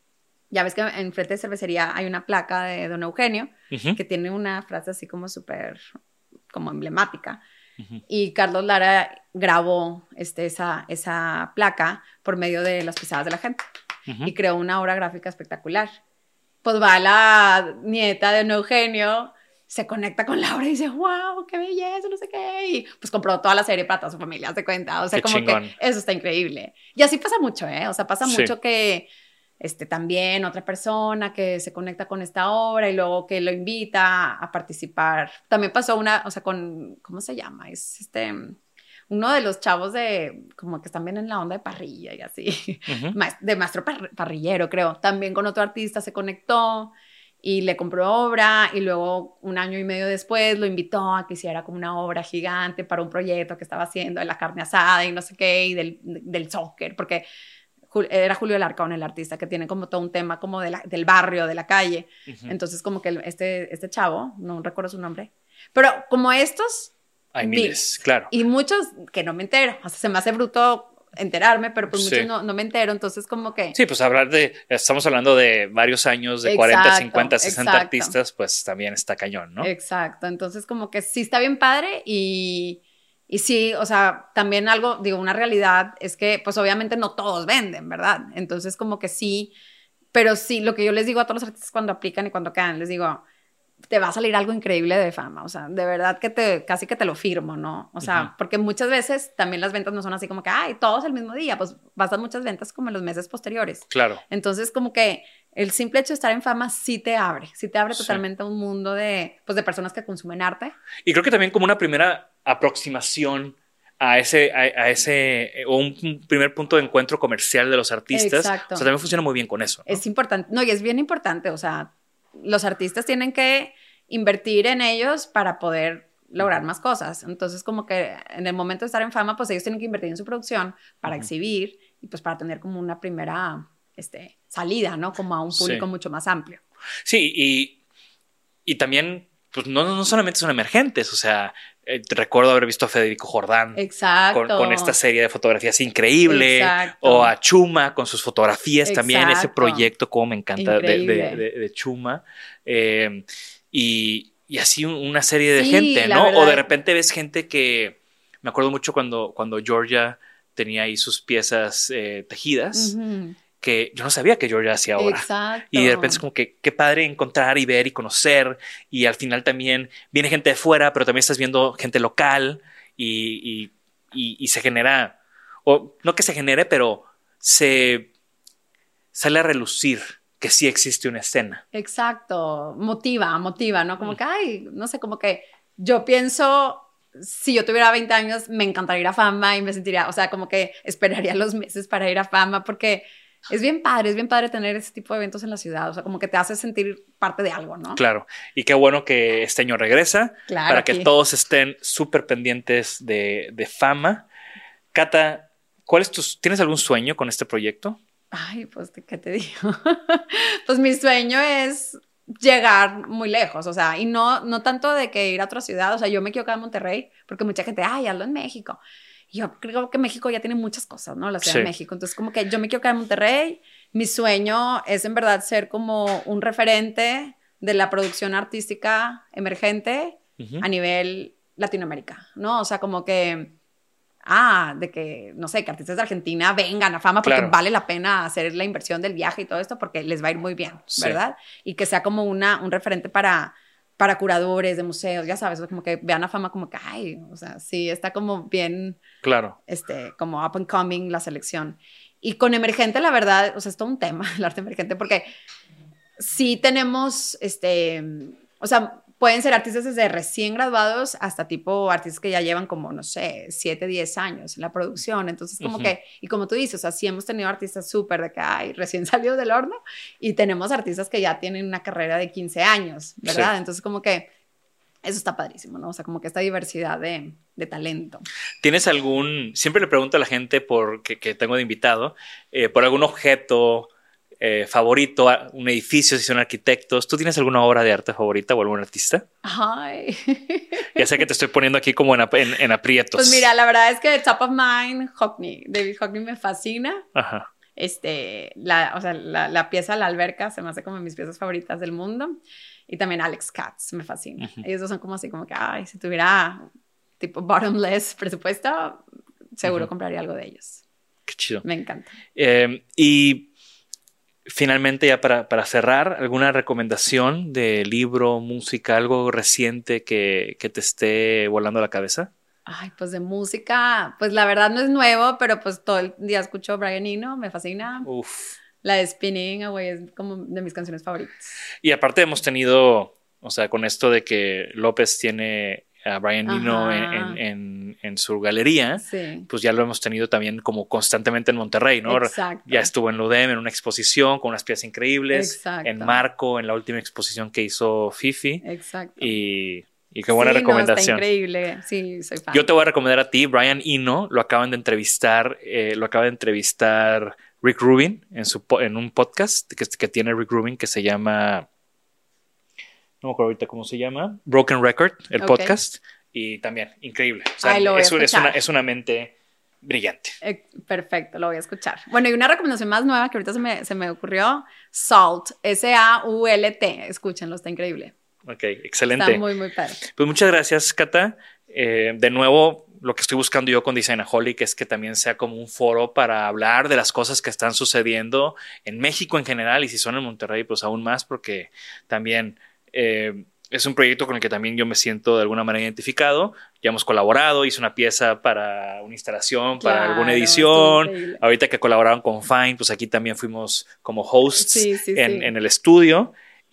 Ya ves que enfrente de cervecería hay una placa de Don Eugenio uh-huh. que tiene una frase así como súper como emblemática. Uh-huh. Y Carlos Lara grabó este, esa, esa placa por medio de las pisadas de la gente. Uh-huh. Y creó una obra gráfica espectacular. Pues va la nieta de Don Eugenio, se conecta con la obra y dice, wow, qué belleza, no sé qué. Y pues compró toda la serie para toda su familia, se cuenta. O sea, qué como chingón. Que eso está increíble. Y así pasa mucho, ¿eh? O sea, pasa sí. mucho que este, también otra persona que se conecta con esta obra y luego que lo invita a participar. También pasó una, o sea, con, ¿cómo se llama? Es este... uno de los chavos de, como que están bien en la onda de parrilla y así, uh-huh. de maestro par- parrillero, creo. También con otro artista se conectó y le compró obra y luego un año y medio después lo invitó a que hiciera como una obra gigante para un proyecto que estaba haciendo de la carne asada y no sé qué, y del, del soccer, porque era Julio Alarcón el artista que tiene como todo un tema como de la, del barrio, de la calle. Uh-huh. Entonces como que este, este chavo, no recuerdo su nombre, pero como estos... Hay miles, miles, claro. Y muchos que no me entero. O sea, se me hace bruto enterarme, pero pues muchos sí. no, no me entero. Entonces, como que... Sí, pues hablar de... Estamos hablando de varios años, de exacto, cuarenta, cincuenta, sesenta exacto. artistas, pues también está cañón, ¿no? Exacto. Entonces, como que sí está bien padre y... Y sí, o sea, también algo, digo, una realidad es que, pues obviamente no todos venden, ¿verdad? Entonces, como que sí... Pero sí, lo que yo les digo a todos los artistas cuando aplican y cuando quedan, les digo... te va a salir algo increíble de Fama, o sea, de verdad que te, casi que te lo firmo, ¿no? O sea, uh-huh. porque muchas veces también las ventas no son así como que, ay, todos el mismo día, pues pasan muchas ventas como en los meses posteriores. Claro. Entonces, como que el simple hecho de estar en Fama sí te abre, sí te abre sí. totalmente a un mundo de, pues, de personas que consumen arte. Y creo que también como una primera aproximación a ese, a, a ese, o un primer punto de encuentro comercial de los artistas. Exacto. O sea, también funciona muy bien con eso, ¿no? Es importante, no, y es bien importante, o sea, los artistas tienen que invertir en ellos para poder lograr más cosas. Entonces, como que en el momento de estar en Fama, pues ellos tienen que invertir en su producción para uh-huh. exhibir y pues para tener como una primera este, salida, ¿no? Como a un público sí. mucho más amplio. Sí, y, y también, pues no, no solamente son emergentes, o sea, Eh, recuerdo haber visto a Federico Jordán. Exacto. Con, con esta serie de fotografías increíble. Exacto. O a Chuma con sus fotografías Exacto. también. Ese proyecto, como me encanta de, Increíble. de, de, de Chuma. Eh, y, y así una serie de Sí, gente, la ¿no? verdad. O de repente ves gente que... Me acuerdo mucho cuando, cuando Georgia tenía ahí sus piezas eh, tejidas. Ujú. Que yo no sabía que Georgia hacía ahora. Exacto. Y de repente es como que qué padre encontrar y ver y conocer. Y al final también viene gente de fuera, pero también estás viendo gente local y, y, y, y se genera, o no que se genere, pero se sale a relucir que sí existe una escena. Exacto. Motiva, motiva, ¿no? Como que, ay, no sé, como que yo pienso... Si yo tuviera veinte años, me encantaría ir a Fama y me sentiría, o sea, como que esperaría los meses para ir a Fama porque es bien padre, es bien padre tener ese tipo de eventos en la ciudad, o sea, como que te hace sentir parte de algo, ¿no? Claro, y qué bueno que este año regresa, Claro, para aquí. que todos estén súper pendientes de, de Fama. Cata, ¿cuál es tu, ¿tienes algún sueño con este proyecto? Ay, pues, ¿qué te digo? Pues mi sueño es llegar muy lejos, o sea, y no, no tanto de que ir a otra ciudad, o sea, yo me quiero quedar en Monterrey, porque mucha gente, ay, hazlo en México. Y yo creo que México ya tiene muchas cosas, ¿no? La Ciudad Sí. de México, entonces como que yo me quiero quedar en Monterrey, mi sueño es en verdad ser como un referente de la producción artística emergente Uh-huh. a nivel Latinoamérica, ¿no? O sea, como que ah, de que, no sé, que artistas de Argentina vengan a Fama porque Claro. vale la pena hacer la inversión del viaje y todo esto porque les va a ir muy bien, Sí. ¿verdad? Y que sea como una, un referente para, para curadores de museos, ya sabes, como que vean a Fama como que, ay, o sea, sí, está como bien, Claro. este, como up and coming la selección. Y con emergente, la verdad, o sea, es todo un tema el arte emergente porque sí tenemos, este, o sea, pueden ser artistas desde recién graduados hasta tipo artistas que ya llevan como, no sé, siete, diez años en la producción. Entonces, como Ujú. que, y como tú dices, o sea, sí hemos tenido artistas súper de que, ay, recién salidos del horno y tenemos artistas que ya tienen una carrera de quince años, ¿verdad? Sí. Entonces, como que eso está padrísimo, ¿no? O sea, como que esta diversidad de, de talento. ¿Tienes algún, siempre le pregunto a la gente por, que, que tengo de invitado, eh, por algún objeto eh, favorito, un edificio, si son arquitectos? ¿Tú tienes alguna obra de arte favorita o algún artista? Ay. Ya sé que te estoy poniendo aquí como en, ap- en, en aprietos. Pues mira, la verdad es que top of mind, Hockney. David Hockney me fascina. Ajá. Este, la, o sea, la, la pieza La Alberca se me hace como mis piezas favoritas del mundo. Y también Alex Katz me fascina. Uh-huh. Ellos dos son como así, como que, ay, si tuviera tipo bottomless presupuesto, seguro Uh-huh. compraría algo de ellos. Qué chido. Me encanta. Eh, y finalmente, ya para, para cerrar, ¿alguna recomendación de libro, música, algo reciente que, que te esté volando la cabeza? Ay, pues de música, pues la verdad no es nuevo, pero pues todo el día escucho Brian Eno, me fascina. Uf. La de Spinning Away es como de mis canciones favoritas. Y aparte hemos tenido, o sea, con esto de que López tiene a Brian Eno en, Ajá. en, en, en su galería, Sí. pues ya lo hemos tenido también como constantemente en Monterrey, ¿no? Exacto. Ya estuvo en Ludem en una exposición con unas piezas increíbles, Exacto. en Marco, en la última exposición que hizo Fifi, Exacto. y, y qué buena Sí, no, recomendación. está increíble. Sí, soy fan. Yo te voy a recomendar a ti, Brian Eno, lo acaban de entrevistar, eh, lo acaba de entrevistar Rick Rubin en, su, po- en un podcast que, que tiene Rick Rubin que se llama, no me acuerdo ahorita cómo se llama, Broken Record, el Ok. podcast, y también increíble. O sea, Ay, lo voy a es, un- es, una, escuchar. es una mente brillante. Eh, perfecto, lo voy a escuchar. Bueno, y una recomendación más nueva que ahorita se me, se me ocurrió, Salt, S A U L T, escúchenlo, está increíble. Ok, excelente. Está muy, muy padre. Pues muchas gracias, Cata. Eh, de nuevo, lo que estoy buscando yo con Designaholic es que también sea como un foro para hablar de las cosas que están sucediendo en México en general, y si son en Monterrey, pues aún más, porque también eh, es un proyecto con el que también yo me siento de alguna manera identificado. Ya hemos colaborado, hice una pieza para una instalación, para Claro, alguna estuvo edición. increíble. Ahorita que colaboraron con Fine, pues aquí también fuimos como hosts Sí, sí, en, sí. en el estudio.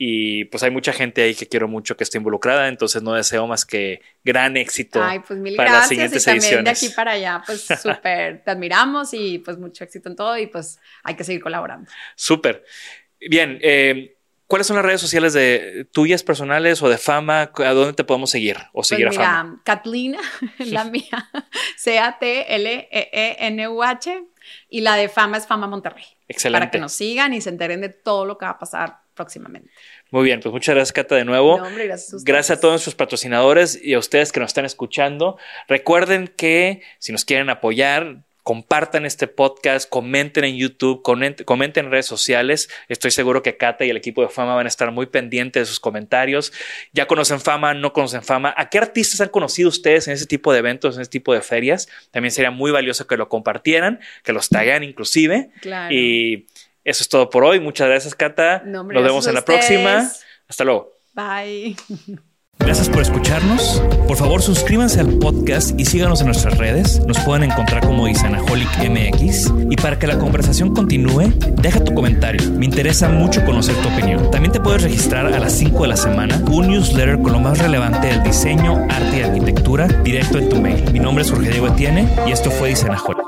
Y pues hay mucha gente ahí que quiero mucho que esté involucrada, entonces no deseo más que gran éxito Ay, pues mil para las gracias. siguientes Y también ediciones. de aquí para allá, pues súper te admiramos y pues mucho éxito en todo y pues hay que seguir colaborando. Súper. Bien, eh, ¿cuáles son las redes sociales de tuyas personales o de Fama? ¿A dónde te podemos seguir o seguir Pues a Fama? mira, Catlina, la mía, C A T L E E N U H, y la de Fama es Fama Monterrey. Excelente. Para que nos sigan y se enteren de todo lo que va a pasar próximamente. Muy bien, pues muchas gracias, Cata, de nuevo. No, hombre, gracias a ustedes. Gracias a todos nuestros patrocinadores y a ustedes que nos están escuchando. Recuerden que si nos quieren apoyar, compartan este podcast, comenten en YouTube, comenten en redes sociales. Estoy seguro que Cata y el equipo de Fama van a estar muy pendientes de sus comentarios. ¿Ya conocen Fama? ¿No conocen Fama? ¿A qué artistas han conocido ustedes en ese tipo de eventos, en ese tipo de ferias? También sería muy valioso que lo compartieran, que los taguen inclusive. Claro. Y eso es todo por hoy. Muchas gracias, Cata. No, hombre, nos vemos en la próxima. Hasta luego. Bye. Gracias por escucharnos. Por favor, suscríbanse al podcast y síganos en nuestras redes. Nos pueden encontrar como Isanaholic M X. Y para que la conversación continúe, deja tu comentario. Me interesa mucho conocer tu opinión. También te puedes registrar a las cinco de la semana un newsletter con lo más relevante del diseño, arte y arquitectura directo en tu mail. Mi nombre es Jorge Diego Etienne y esto fue Isanaholic.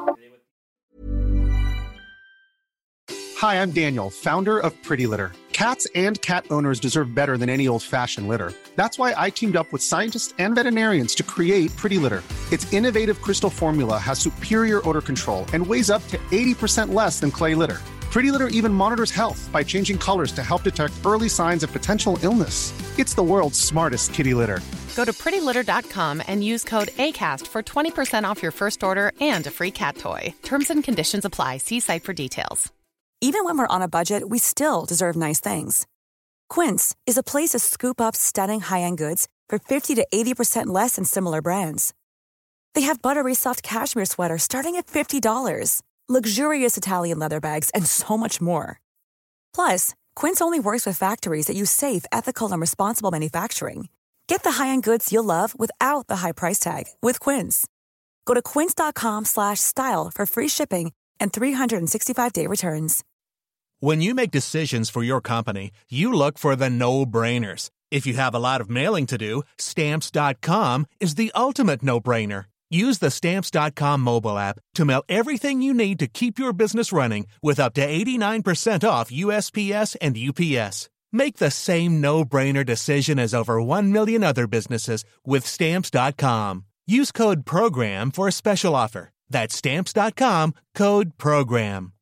Hi, I'm Daniel, founder of Pretty Litter. Cats and cat owners deserve better than any old-fashioned litter. That's why I teamed up with scientists and veterinarians to create Pretty Litter. Its innovative crystal formula has superior odor control and weighs up to eighty percent less than clay litter. Pretty Litter even monitors health by changing colors to help detect early signs of potential illness. It's the world's smartest kitty litter. Go to pretty litter dot com and use code ACAST for twenty percent off your first order and a free cat toy. Terms and conditions apply. See site for details. Even when we're on a budget, we still deserve nice things. Quince is a place to scoop up stunning high-end goods for fifty to eighty percent less than similar brands. They have buttery soft cashmere sweaters starting at fifty dollars, luxurious Italian leather bags, and so much more. Plus, Quince only works with factories that use safe, ethical, and responsible manufacturing. Get the high-end goods you'll love without the high price tag with Quince. Go to quince dot com slash style for free shipping and three sixty-five day returns. When you make decisions for your company, you look for the no-brainers. If you have a lot of mailing to do, Stamps dot com is the ultimate no-brainer. Use the Stamps dot com mobile app to mail everything you need to keep your business running with up to eighty-nine percent off U S P S and U P S. Make the same no-brainer decision as over one million other businesses with Stamps dot com. Use code PROGRAM for a special offer. That's Stamps dot com, code PROGRAM.